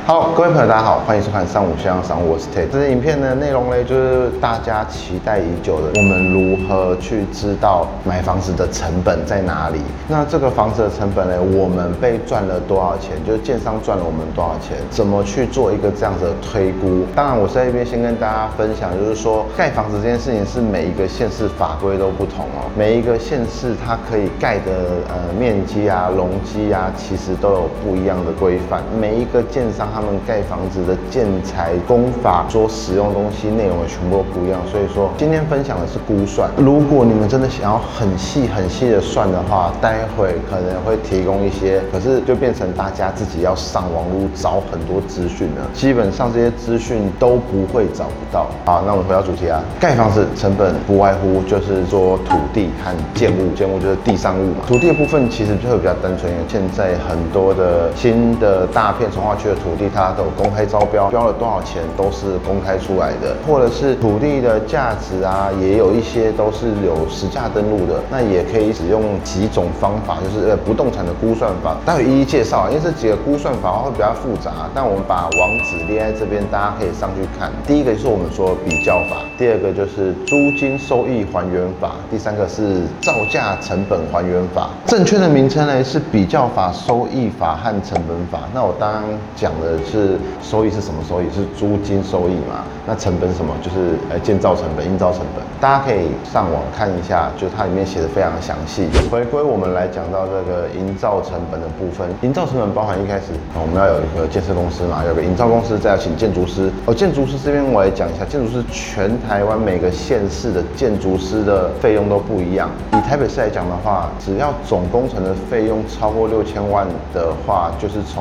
好，各位朋友，大家好，欢迎收看三五香赏，我是 Ted。这支影片的内容呢，就是大家期待已久的，我们如何去知道买房子的成本在哪里？那这个房子的成本呢，我们被赚了多少钱？就是建商赚了我们多少钱？怎么去做一个这样子的推估？当然，我在这边先跟大家分享，就是说盖房子这件事情是每一个县市法规都不同哦，每一个县市它可以盖的面积啊、容积啊，其实都有不一样的规范。每一个建商他们盖房子的建材工法所使用的东西内容也全部都不一样，所以说今天分享的是估算。如果你们真的想要很细的算的话，待会可能会提供一些，可是就变成大家自己要上网络找很多资讯了，基本上这些资讯都不会找不到。好，那我们回到主题啊，盖房子成本不外乎就是说土地和建物，建物就是地上物嘛。土地的部分其实就会比较单纯，因为现在很多的新的大片从化区的土地，它都有公开招标，标了多少钱都是公开出来的，或者是土地的价值啊，也有一些都是有实价登录的。那也可以使用几种方法，就是不动产的估算法，待会一一介绍。因为这几个估算法会比较复杂，但我们把网址列在这边，大家可以上去看。第一个就是我们说比较法，第二个就是租金收益还原法，第三个是造价成本还原法。正确的名称呢是比较法、收益法和成本法。那我刚刚讲的是收益是什么收益？是租金收益嘛？那成本是什么？就是建造成本、营造成本。大家可以上网看一下，就它里面写的非常详细。回归我们来讲到这个营造成本的部分，营造成本包含一开始我们要有一个建设公司嘛，有个营造公司，再要请建筑师。建筑师这边我来讲一下，建筑师全台湾每个县市的建筑师的费用都不一样。以台北市来讲的话，只要总工程的费用超过6000万的话，就是从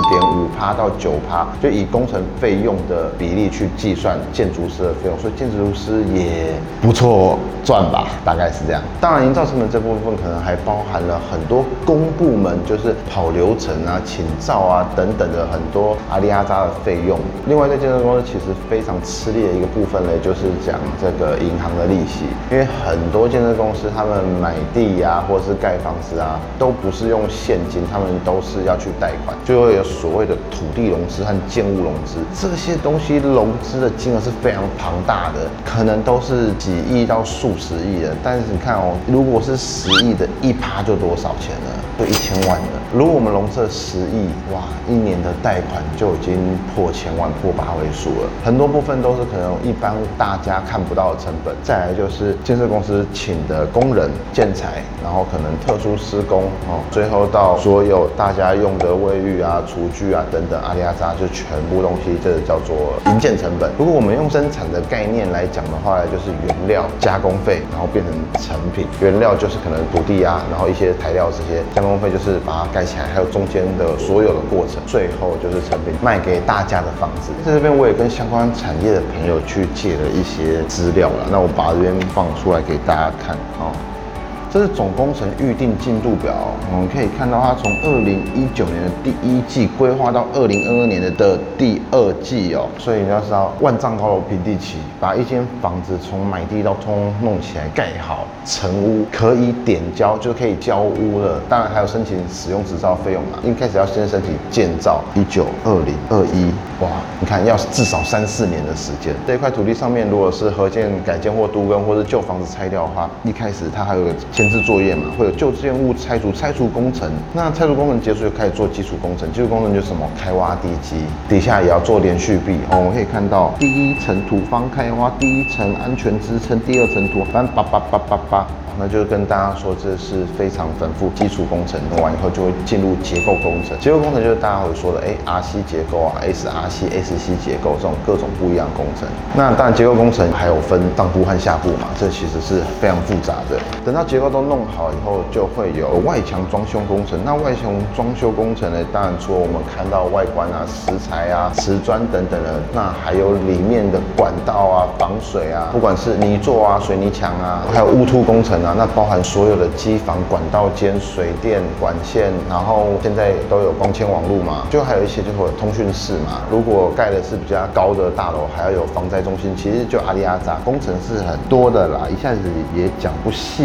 4.5%到9%，就以工程费用的比例去计算建筑师的费用，所以建筑师也不错赚吧，大概是这样。当然，营造成本这部分可能还包含了很多公部门，就是跑流程啊、请照啊等等的很多阿里阿扎的费用。另外，在建设公司其实非常吃力的一个部分呢，就是讲这个银行的利息，因为很多建设公司他们买地啊，或者是盖房子啊，都不是用现金，他们都是要去贷款，就会有所谓的土地融资和建物融资，这些东西融资的金额是非常庞大的，可能都是几亿到数十亿的。但是你看哦，如果是10亿的1%就多少钱呢？就1000万了。如果我们融资10亿，哇，一年的贷款就已经破1000万、破8位数了。很多部分都是可能一般大家看不到的成本。再来就是建设公司请的工人、建材，然后可能特殊施工哦，最后到所有大家用的卫浴啊、厨具啊等等阿里阿扎，就全部东西，这个叫做营建成本。如果我们用生产的概念来讲的话，就是原料、加工费，然后变成成品。原料就是可能土地啊，然后一些材料这些，加工费就是把它盖起来，还有中间的所有的过程，最后就是成品卖给大家的房子。在这边我也跟相关产业的朋友去借了一些资料了，那我把这边放出来给大家看哦。这是总工程预定进度表，我们可以看到它从2019年的第1季规划到2022年的第2季哦，所以你要知道万丈高楼平地起，把一间房子从买地到通弄起来盖好成屋，可以点交就可以交屋了。当然还有申请使用执照费用嘛，一开始要先申请建造，19、20、21，哇，你看要至少3-4年的时间。这一块土地上面如果是合建、改建或都更，或是旧房子拆掉的话，一开始它还有个前置作业嘛，会有旧建物拆除工程。那拆除工程结束就开始做基础工程，基础工程就是什么开挖地基，底下也要做连续壁哦。我们可以看到第1层土方开挖，第1层安全支撑，第2层土，反正8，那就跟大家说，这是非常繁复基础工程，弄完以后就会进入结构工程。结构工程就是大家会说的，RC 结构啊，SRC、SC 结构这种各种不一样的工程。那当然结构工程还有分上部和下部嘛，这其实是非常复杂的。等到结构都弄好以后，就会有外墙装修工程。那外墙装修工程呢，当然除了我们看到外观啊、石材啊、瓷砖等等的，那还有里面的管道啊、防水啊，不管是泥作啊、水泥墙啊，还有屋突工程。那包含所有的机房、管道间、水电管线，然后现在都有光纤网络嘛，就还有一些就是通讯室嘛。如果盖的是比较高的大楼，还要有防灾中心，其实就阿里阿扎工程是很多的啦，一下子也讲不细。最后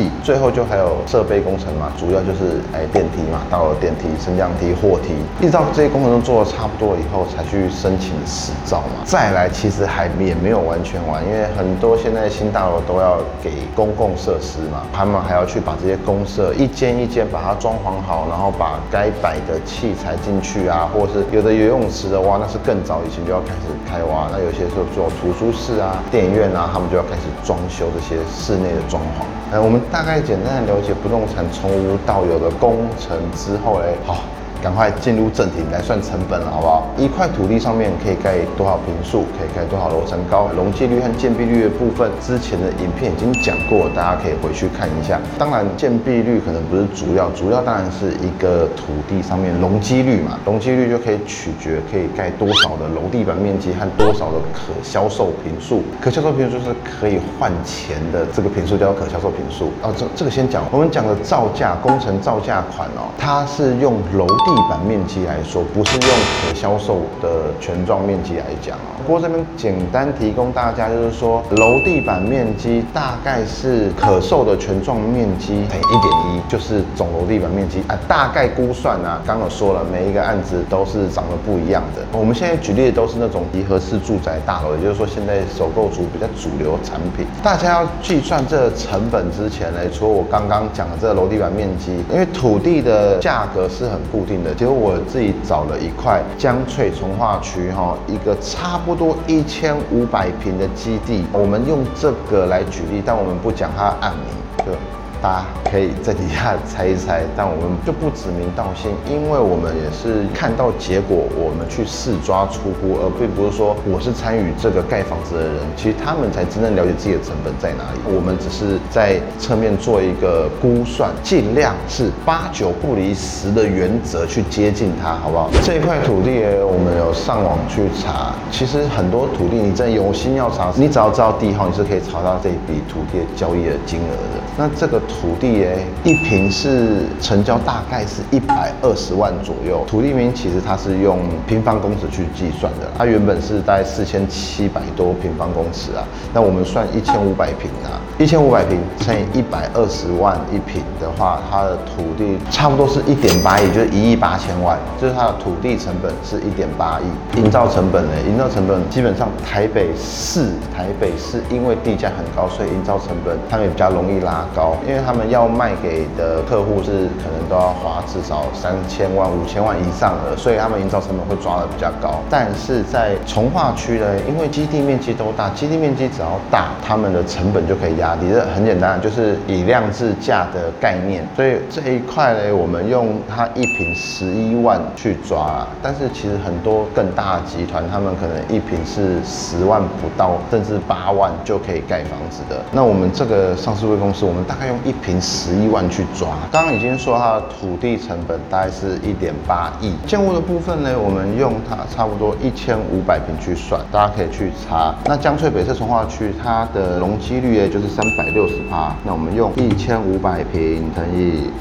后就还有设备工程嘛，主要就是电梯嘛，大楼电梯、升降梯、货梯，一直到这些工程都做得差不多以后，才去申请执照嘛。再来，其实也没有完全完，因为很多现在新大楼都要给公共设施嘛，他们还要去把这些公设一间一间把它装潢好，然后把该摆的器材进去啊，或是有的游泳池的哇，那是更早以前就要开始开挖。那有些时候做图书室啊、电影院啊，他们就要开始装修这些室内的装潢。我们大概简单的了解不动产从无到有的工程之后好。赶快进入正题来算成本了，好不好？一块土地上面可以盖多少坪数，可以盖多少楼层高，容积率和建蔽率的部分，之前的影片已经讲过，大家可以回去看一下。当然，建蔽率可能不是主要，主要当然是一个土地上面容积率嘛，容积率就可以取决可以盖多少的楼地板面积和多少的可销售坪数。可销售坪数就是可以换钱的这个坪数叫可销售坪数。这个先讲，我们讲的造价工程造价款它是用楼地板面积来说，不是用可销售的权状面积来讲不过这边简单提供大家，就是说楼地板面积大概是可售的权状面积乘以1.1，就是总楼地板面积大概估算刚刚有说了，每一个案子都是长得不一样的。我们现在举例的都是那种集合式住宅大楼，也就是说现在首购族比较主流产品。大家要计算这个成本之前呢，除了我刚刚讲的这个楼地板面积，因为土地的价格是很固定的，结果我自己找了一块江翠从化区一个差不多1500坪的基地，我们用这个来举例，但我们不讲它案名，大家可以在底下猜一猜，但我们就不指名道姓，因为我们也是看到结果，我们去试抓出估，而并不是说我是参与这个盖房子的人，其实他们才真正了解自己的成本在哪里。我们只是在侧面做一个估算，尽量是8、9不离10的原则去接近它，好不好？这一块土地我们有上网去查，其实很多土地你真的有心要查，你只要知道地号，你是可以查到这一笔土地的交易的金额的。那这个土地一坪是成交大概是120万左右，土地名其实它是用平方公尺去计算的，它原本是大概4700多平方公尺那我们算1500坪1500坪乘以120万一坪的话，它的土地差不多是1.8亿，就是1.8亿万，就是它的土地成本是1.8亿。营造成本营造成本基本上台北市因为地价很高，所以营造成本他们也比较容易拉高，因为他们要卖给的客户是可能都要花至少3000万、5000万以上的，所以他们营造成本会抓得比较高。但是在从化区呢，因为基地面积都大，基地面积只要大，他们的成本就可以压低。这很简单，就是以量制价的概念。所以这一块呢，我们用它一坪11万去抓但是其实很多更大的集团，他们可能一坪是10万不到，甚至8万就可以盖房子的。那我们这个上市公司，我们大概用一坪11万去抓。刚刚已经说它的土地成本大概是1.8亿，建物的部分呢，我们用它差不多1500坪去算，大家可以去查。那江翠北侧从化区，它的容积率就是360%，那我们用1500坪乘以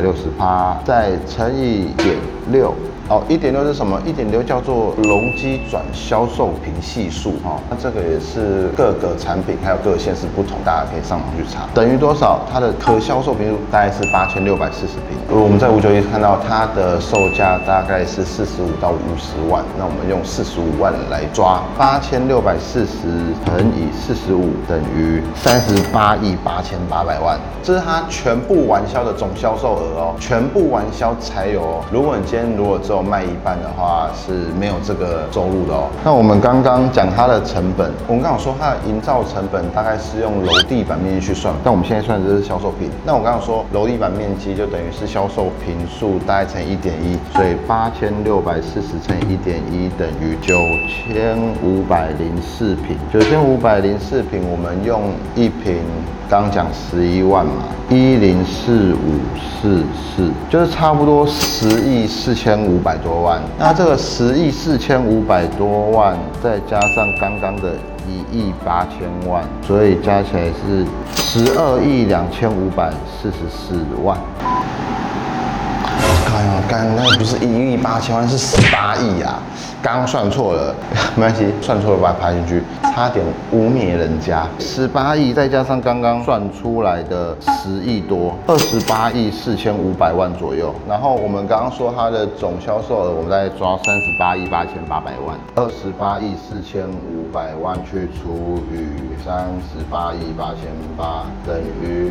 360%，再乘以1.6。1.6是什么？1.6叫做容积转销售坪系数那这个也是各个产品还有各个县市不同，大家可以上网去查。等于多少？它的可销售坪数大概是8640坪。我们在591看到它的售价大概是45到50万，那我们用45万来抓，8640乘以45等于38亿8800万，这是它全部完销的总销售额全部完销才有如果你今天只有卖一半的话，是没有这个收入的那我们刚刚讲它的成本，我们刚刚说它的营造成本大概是用楼地板面积去算，但我们现在算的是销售坪。那我刚刚说楼地板面积就等于是销售坪数大概乘以1.1，所以8640乘以1.1等于9504坪。9504坪，我们用一坪。刚刚讲11万嘛，104,544，就是差不多10.45亿多万。那这个10.45亿多万，再加上刚刚的1.8亿万，所以加起来是12.2544亿。 看呀，刚那不是1亿8千万，是18亿啊！刚刚算错了，没关系，算错了把它拍进去，差点污蔑人家。18亿再加上刚刚算出来的10亿多，28亿4500万左右。然后我们刚刚说它的总销售额，我们再抓38亿8800万，28亿4500万去除以38亿8800等于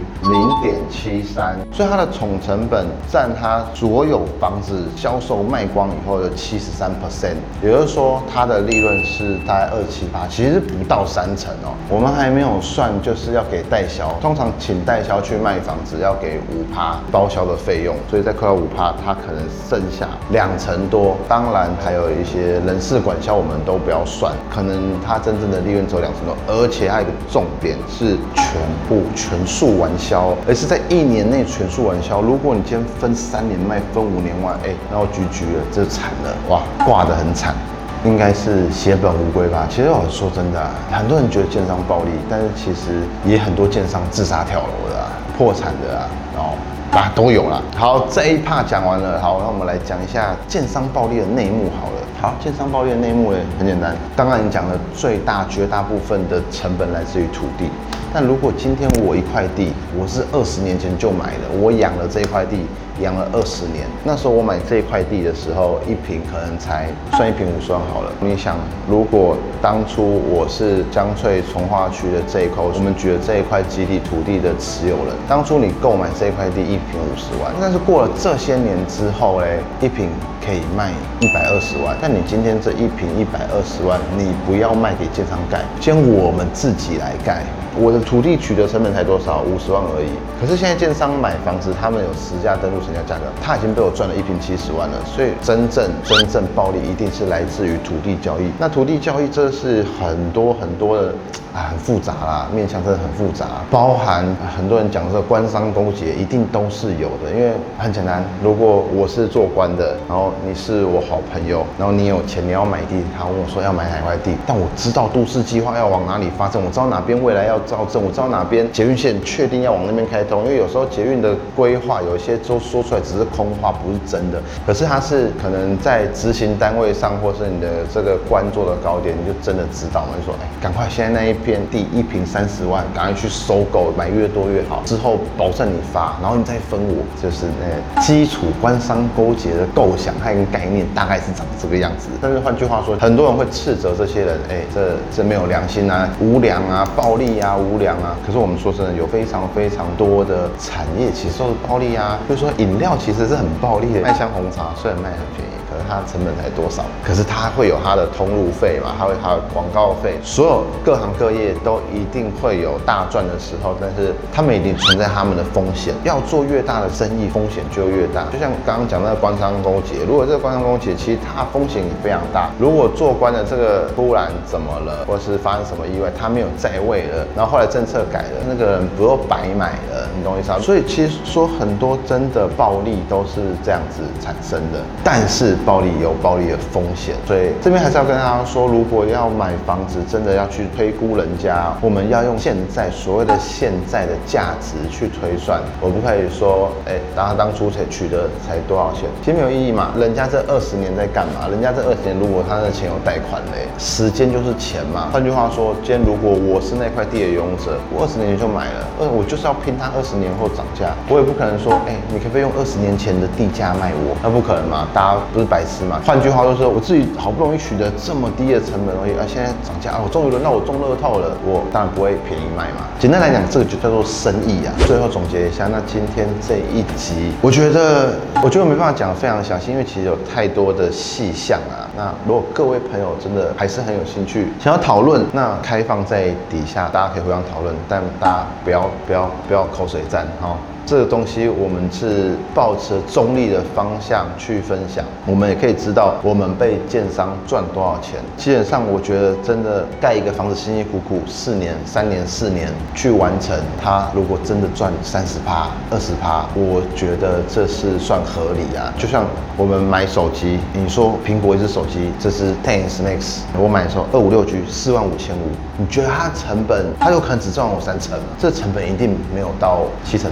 0.73，所以它的总成本占它所有房子销售卖光以后的73%，也就是说它的利润是大概278，其实不到3成哦。我们还没有算，就是要给代销，通常请代销去卖房子要给5%包销的费用，所以再扣掉5%，它可能剩下2成多。当然还有一些人事管销，我们都不要算，可能它真正的利润只有2成多，而且还有一个重点是全数完销，而是在1年内全数完销。如果你今天分3年卖，分5年完，然后GG了，这惨了，哇，挂得很惨。应该是血本无归吧。其实我说真的很多人觉得建商暴利，但是其实也很多建商自杀跳楼的破产的然后都有啦。好，这一 part 讲完了，好，那我们来讲一下建商暴利的内幕好了。好，建商暴利的内幕呢，很简单，刚刚你讲的绝大部分的成本来自于土地。但如果今天我一块地，我是20年前就买的，我养了这一块地，养了20年。那时候我买这一块地的时候，一坪可能才算1坪50万好了。你想，如果当初我是江翠从化区的这一块，我们举了这一块基地土地的持有人，当初你购买这一块地1坪50万，但是过了这些年之后嘞，一坪可以卖120万。但你今天这一坪120万，你不要卖给建商盖，今天我们自己来盖。我的土地取得成本才多少？50万而已。可是现在建商买房子，他们有实价登录成交价格，他已经被我赚了1坪70万了。所以真正暴利一定是来自于土地交易。那土地交易这是很多的很复杂啦，面向真的很复杂，包含很多人讲这个官商勾结，一定都是有的。因为很简单，如果我是做官的，然后你是我好朋友，然后你有钱，你要买地，他问我说要买哪块地，但我知道都市计划要往哪里发展，我知道哪边未来要造镇，我知道哪边捷运线确定要往那边开通。因为有时候捷运的规划有一些都说出来只是空话，不是真的，可是它是可能在执行单位上，或是你的这个官做的高点，你就真的知道嘛，就说赶快现在那一片地1坪30万，赶快去收购，买越多越好，之后保证你发，然后你再分我，就是基础官商勾结的构想和概念大概是长这个样子。但是换句话说，很多人会斥责这些人，这没有良心啊，无良啊，暴利啊，无良啊。可是我们说真的，有非常多的产业其实都是暴利啊。就是说饮料其实是很暴利的，麦香红茶虽然卖很便宜，可是它成本才多少？可是它会有它的通路费嘛，它会有它的广告费，所有各行各业都一定会有大赚的时候，但是他们一定存在他们的风险。要做越大的生意，风险就越大。就像刚刚讲那个官商勾结，如果这个官商勾结，其实它风险也非常大。如果做官的这个突然怎么了，或是发生什么意外，他没有在位了，然后后来政策改了，那个人不又白买了，你懂我意思吗？所以其实说很多真的暴利都是这样子产生的，但是暴利有暴利的风险，所以这边还是要跟大家说，如果要买房子，真的要去推估人家，我们要用所谓的现在的价值去推算。我不可以说，他当初取得才多少钱，其实没有意义嘛。人家这20年在干嘛？人家这20年如果他的钱有贷款嘞，时间就是钱嘛。换句话说，今天如果我是那块地的拥有者，我20年前就买了，我就是要拼它20年后涨价。我也不可能说，你可不可以用20年前的地价卖我？那不可能嘛，大家不是白痴嘛。换句话就是说，我自己好不容易取得这么低的成本而已，现在涨价，我终于轮到我中乐透了，我当然不会便宜卖嘛。简单来讲，这个就叫做生意啊。最后总结一下，那今天这一集，我觉得没办法讲得非常详细，因为其实有太多的细项啊。那如果各位朋友真的还是很有兴趣，想要讨论，那开放在底下，大家可以互相讨论，但大家不要口水战哈。这个东西我们是抱持中立的方向去分享，我们也可以知道我们被建商赚多少钱。基本上我觉得真的盖一个房子辛辛苦苦3年4年去完成，它如果真的赚30%、20%，我觉得这是算合理啊。就像我们买手机，你说苹果一只手机，这是 10S Max， 我买的时候256G 45500，你觉得它成本，它有可能只赚我3成，这成本一定没有到7成多少，对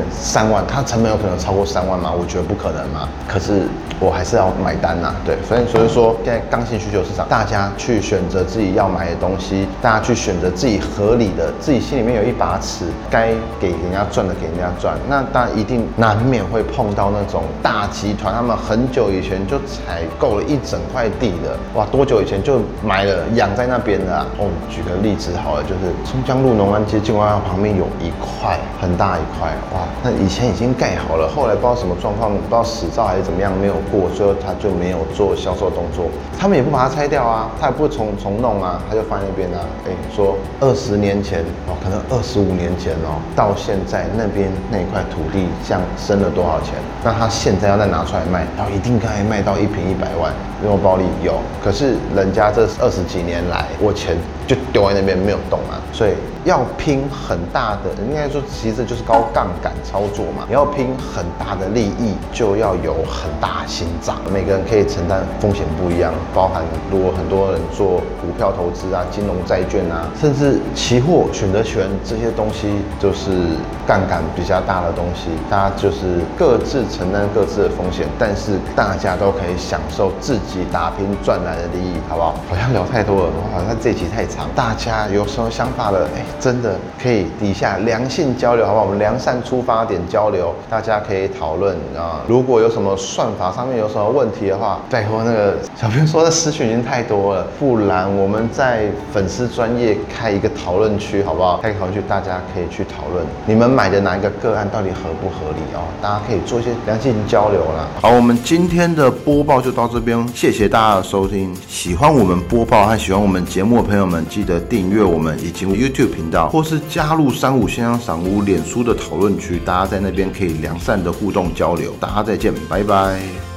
3万，它成本有可能超过3万吗？我觉得不可能嘛。可是我还是要买单呐，对，所以说现在刚性需求市场，大家去选择自己要买的东西，大家去选择自己合理的，自己心里面有一把尺，该给人家赚的给人家赚。那当然一定难免会碰到那种大集团，他们很久以前就采购了一整块地的，哇，多久以前就买了养在那边的啊？哦，举个例子好了，就是松江路农安街进化旁边有一块很大一块，哇，那以前已经盖好了，后来不知道什么状况，不知道死照还是怎么样没有过，最后他就没有做销售动作。他们也不把它拆掉啊，他也不重弄啊，他就放在那边啊。说20年前哦，可能25年前哦，到现在那边那一块土地像升了多少钱？那他现在要再拿出来卖，然后一定可以卖到1坪100万，有没有暴利？有。可是人家这20几年来，我钱就丢在那边没有动啊，所以要拼很大的，应该说其实就是高杠杆操作嘛。你要拼很大的利益，就要有很大的心脏。每个人可以承担风险不一样，包含如果很多人做股票投资啊、金融债券啊，甚至期货、选择权这些东西，就是杠杆比较大的东西，大家就是各自承担各自的风险，但是大家都可以享受自己打拼赚来的利益，好不好？好像聊太多了，好像这集太长，大家有什么想法的，真的可以底下良性交流，好不好？我们良善出发点交流，大家可以讨论啊。如果有什么算法上面有什么问题的话，拜托那个小编说的私讯已经太多了，不然我们在粉丝专页开一个讨论区，好不好？开个讨论区，大家可以去讨论你们买的哪一个个案到底合不合理哦，大家可以做一些良性交流啦。好，我们今天的播报就到这边，谢谢大家的收听。喜欢我们播报和喜欢我们节目的朋友们，记得订阅我们以及 YouTube 频道，或是加入35线上赏屋脸书的讨论区，大家在那边可以良善的互动交流。大家再见，拜拜。